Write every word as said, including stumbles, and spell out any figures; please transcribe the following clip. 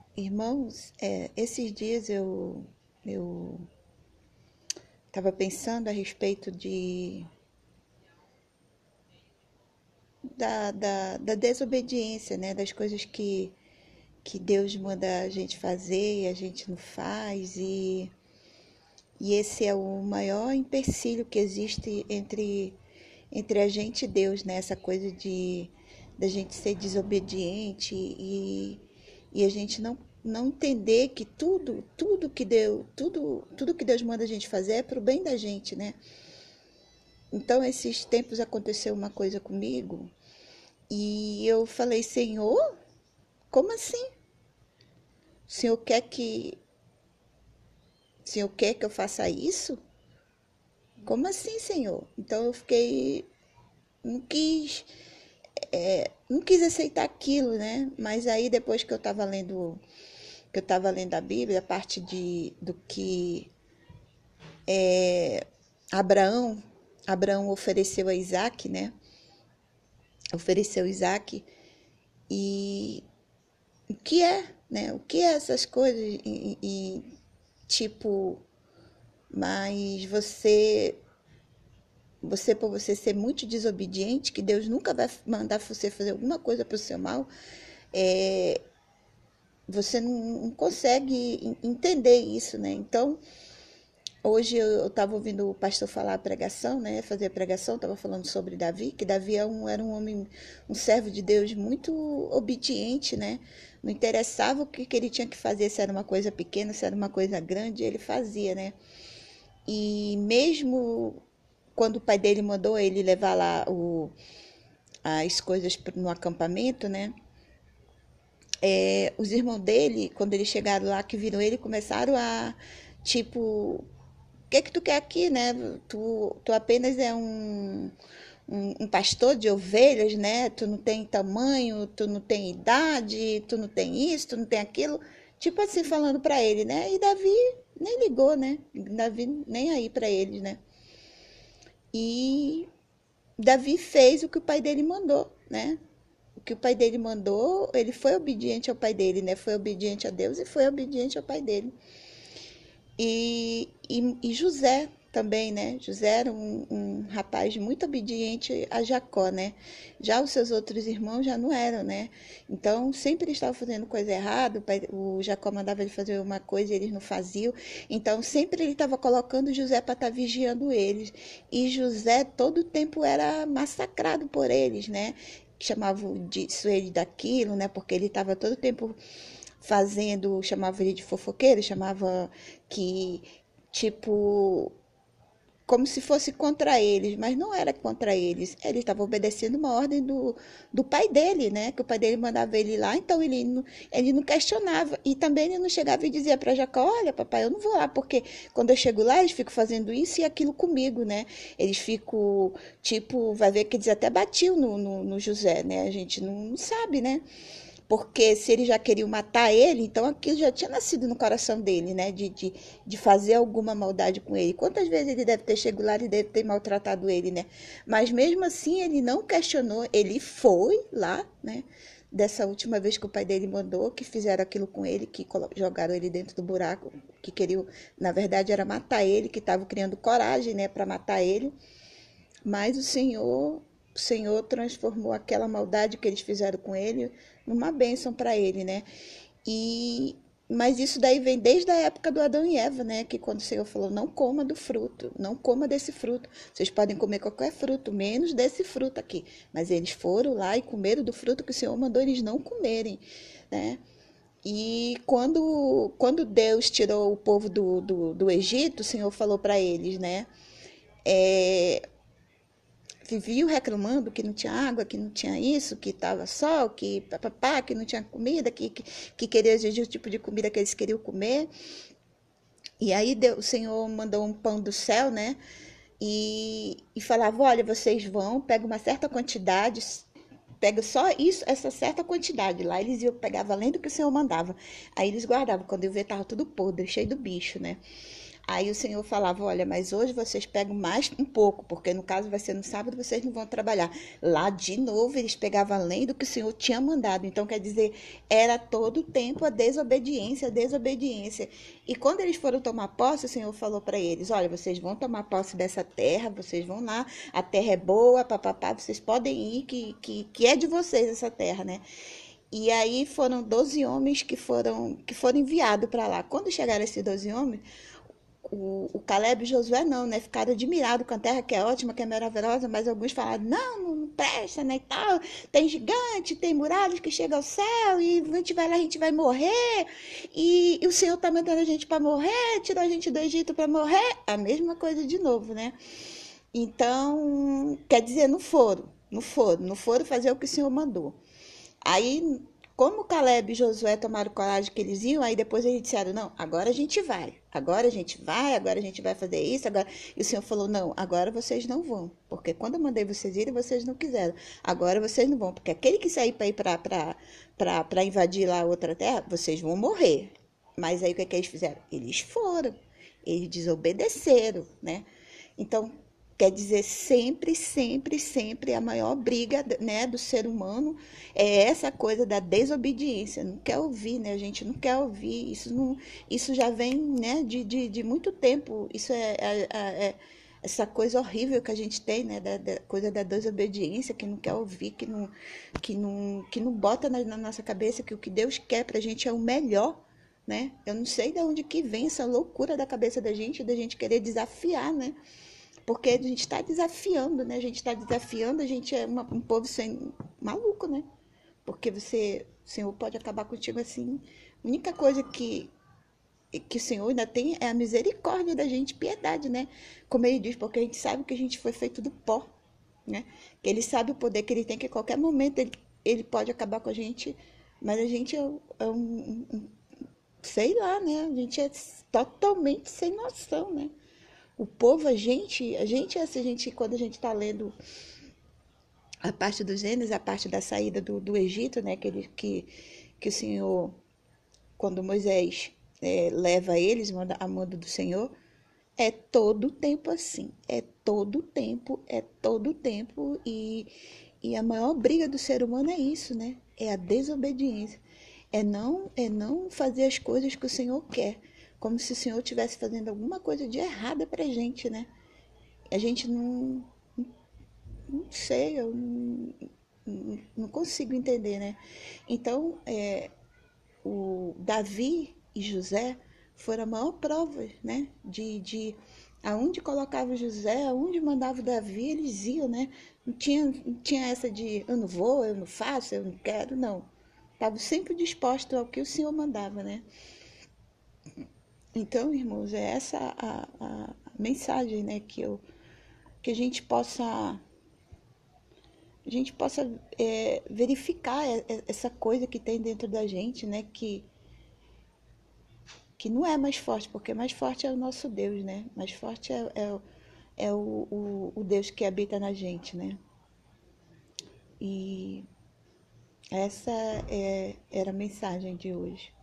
Irmãos, é, esses dias eu eu estava pensando a respeito de da, da, da desobediência, né? Das coisas que, que Deus manda a gente fazer e a gente não faz. E, e esse é o maior empecilho que existe entre, entre a gente e Deus, né? Essa coisa de da gente ser desobediente e, e a gente não não entender que tudo, tudo que Deus, tudo, tudo que Deus manda a gente fazer é pro bem da gente, né? Então, esses tempos aconteceu uma coisa comigo e eu falei, Senhor, como assim? O Senhor quer que, o Senhor quer que eu faça isso? Como assim, Senhor? Então eu fiquei, não quis, é, não quis aceitar aquilo, né? Mas aí depois que eu estava lendo, que eu estava lendo a Bíblia, a parte de do que Abraão, Abraão ofereceu a Isaac, né? Ofereceu Isaac e o que é, né? O que é essas coisas e, e tipo, mas você você por você ser muito desobediente, que Deus nunca vai mandar você fazer alguma coisa para o seu mal, é, você não, não consegue entender isso, né? Então, hoje eu estava ouvindo o pastor falar a pregação, né? Fazer a pregação, estava falando sobre Davi, que Davi era um, era um homem, um servo de Deus muito obediente, né? Não interessava o que, que ele tinha que fazer, se era uma coisa pequena, se era uma coisa grande, ele fazia, né? E mesmo quando o pai dele mandou ele levar lá o, as coisas no acampamento, né? É, os irmãos dele, quando eles chegaram lá, que viram ele, começaram a, tipo, o que que tu quer aqui, né? Tu, tu apenas é um, um, um pastor de ovelhas, né? Tu não tem tamanho, tu não tem idade, tu não tem isso, tu não tem aquilo. Tipo assim, falando para ele, né? E Davi nem ligou, né? Davi nem aí para eles, né? E Davi fez o que o pai dele mandou, né? O que o pai dele mandou, ele foi obediente ao pai dele, né? Foi obediente a Deus e foi obediente ao pai dele. E, e, e José também, né? José era um, um rapaz muito obediente a Jacó, né? Já os seus outros irmãos já não eram, né? Então, sempre eles estavam fazendo coisa errada, o, pai, o Jacó mandava ele fazer uma coisa e eles não faziam. Então, sempre ele estava colocando José para estar tá vigiando eles. E José, todo o tempo, era massacrado por eles, né? Chamavam disso ele daquilo, né? Porque ele estava todo o tempo fazendo, chamava ele de fofoqueiro, chamava que, tipo, como se fosse contra eles, mas não era contra eles. Ele estava obedecendo uma ordem do, do pai dele, né? Que o pai dele mandava ele lá, então ele não, ele não questionava. E também ele não chegava e dizia para Jacó: olha, papai, eu não vou lá, porque quando eu chego lá, eles ficam fazendo isso e aquilo comigo, né? Eles ficam, tipo, vai ver que eles até batiam no, no, no José, né? A gente não, não sabe, né? Porque se ele já queria matar ele, então aquilo já tinha nascido no coração dele, né? De, de, de fazer alguma maldade com ele. Quantas vezes ele deve ter chegado lá e deve ter maltratado ele, né? Mas mesmo assim ele não questionou, ele foi lá, né? Dessa última vez que o pai dele mandou, que fizeram aquilo com ele, que jogaram ele dentro do buraco, que queriam, na verdade era matar ele, que estavam criando coragem, né, para matar ele. Mas o Senhor, o Senhor transformou aquela maldade que eles fizeram com ele numa bênção para ele, né? E mas isso daí vem desde a época do Adão e Eva, né? Que quando o Senhor falou, não coma do fruto, não coma desse fruto. Vocês podem comer qualquer fruto, menos desse fruto aqui. Mas eles foram lá e comeram do fruto que o Senhor mandou eles não comerem, né? E quando, quando Deus tirou o povo do, do, do Egito, o Senhor falou para eles, né? É, viviam reclamando que não tinha água, que não tinha isso, que estava sol, que papapá, que não tinha comida, que, que, que queria exigir o tipo de comida que eles queriam comer. E aí Deus, o Senhor mandou um pão do céu, né? E, e falava, olha, vocês vão, pega uma certa quantidade, pega só isso, essa certa quantidade. Lá eles iam pegar além do que o Senhor mandava. Aí eles guardavam, quando eu ver estava tudo podre, cheio do bicho, né? Aí o Senhor falava, olha, mas hoje vocês pegam mais um pouco, porque no caso vai ser no sábado, vocês não vão trabalhar. Lá, de novo, eles pegavam além do que o Senhor tinha mandado. Então, quer dizer, era todo o tempo a desobediência, a desobediência. E quando eles foram tomar posse, o Senhor falou para eles, olha, vocês vão tomar posse dessa terra, vocês vão lá, a terra é boa, papapá, vocês podem ir, que, que, que é de vocês essa terra, né? E aí foram doze homens que foram, que foram enviados para lá. Quando chegaram esses doze homens, o, o Caleb e Josué não, né? Ficaram admirados com a terra que é ótima, que é maravilhosa, mas alguns falaram, não, não presta, né, e tal. Tem gigante, tem muralhas que chegam ao céu, e a gente vai lá, a gente vai morrer, e, e o Senhor tá mandando a gente para morrer, tirou a gente do Egito para morrer. A mesma coisa de novo, né? Então, quer dizer, não foram, não foram, não foram fazer o que o Senhor mandou. Aí, como Caleb e Josué tomaram coragem que eles iam, aí depois eles disseram, não, agora a gente vai, agora a gente vai, agora a gente vai fazer isso, agora... E o Senhor falou, não, agora vocês não vão, porque quando eu mandei vocês irem, vocês não quiseram, agora vocês não vão, porque aquele que sair para ir para invadir lá a outra terra, vocês vão morrer. Mas aí o que, é que eles fizeram? Eles foram, eles desobedeceram, né? Então, quer dizer, sempre, sempre, sempre a maior briga, né, do ser humano é essa coisa da desobediência. Não quer ouvir, né? A gente não quer ouvir. Isso, não, isso já vem, né, de, de, de muito tempo. Isso é, é, é essa coisa horrível que a gente tem, né, da, da coisa da desobediência, que não quer ouvir, que não, que não, que não bota na, na nossa cabeça que o que Deus quer pra gente é o melhor. Né? Eu não sei de onde que vem essa loucura da cabeça da gente, da gente querer desafiar, né? Porque a gente está desafiando, né? A gente está desafiando, a gente é uma, um povo sem, maluco, né? Porque você, o Senhor pode acabar contigo assim. A única coisa que, que o Senhor ainda tem é a misericórdia da gente, piedade, né? Como ele diz, porque a gente sabe que a gente foi feito do pó, né? Que ele sabe o poder que ele tem, que a qualquer momento ele, ele pode acabar com a gente, mas a gente é, é um, um, sei lá, né? A gente é totalmente sem noção, né? O povo, a gente, a gente, a gente quando a gente está lendo a parte dos Gênesis, a parte da saída do, do Egito, né? Que, ele, que, que o Senhor, quando Moisés é, leva eles, manda a manda do Senhor, é todo o tempo assim, é todo o tempo, é todo o tempo, e, e a maior briga do ser humano é isso, né? É a desobediência. É não, é não fazer as coisas que o Senhor quer, como se o Senhor estivesse fazendo alguma coisa de errada pra gente, né? A gente não, não sei, eu não, não, não consigo entender, né? Então, é, o Davi e José foram a maior prova, né? De, de aonde colocava José, aonde mandava Davi, eles iam, né? Não tinha, não tinha essa de eu não vou, eu não faço, eu não quero, não. Estavam sempre dispostos ao que o Senhor mandava, né? Então, irmãos, é essa a, a, a mensagem, né? Que, eu, que a gente possa, a gente possa é, verificar essa coisa que tem dentro da gente, né? Que, que não é mais forte, porque mais forte é o nosso Deus, né? Mais forte é, é, é o, o, o Deus que habita na gente, né? E essa é, era a mensagem de hoje.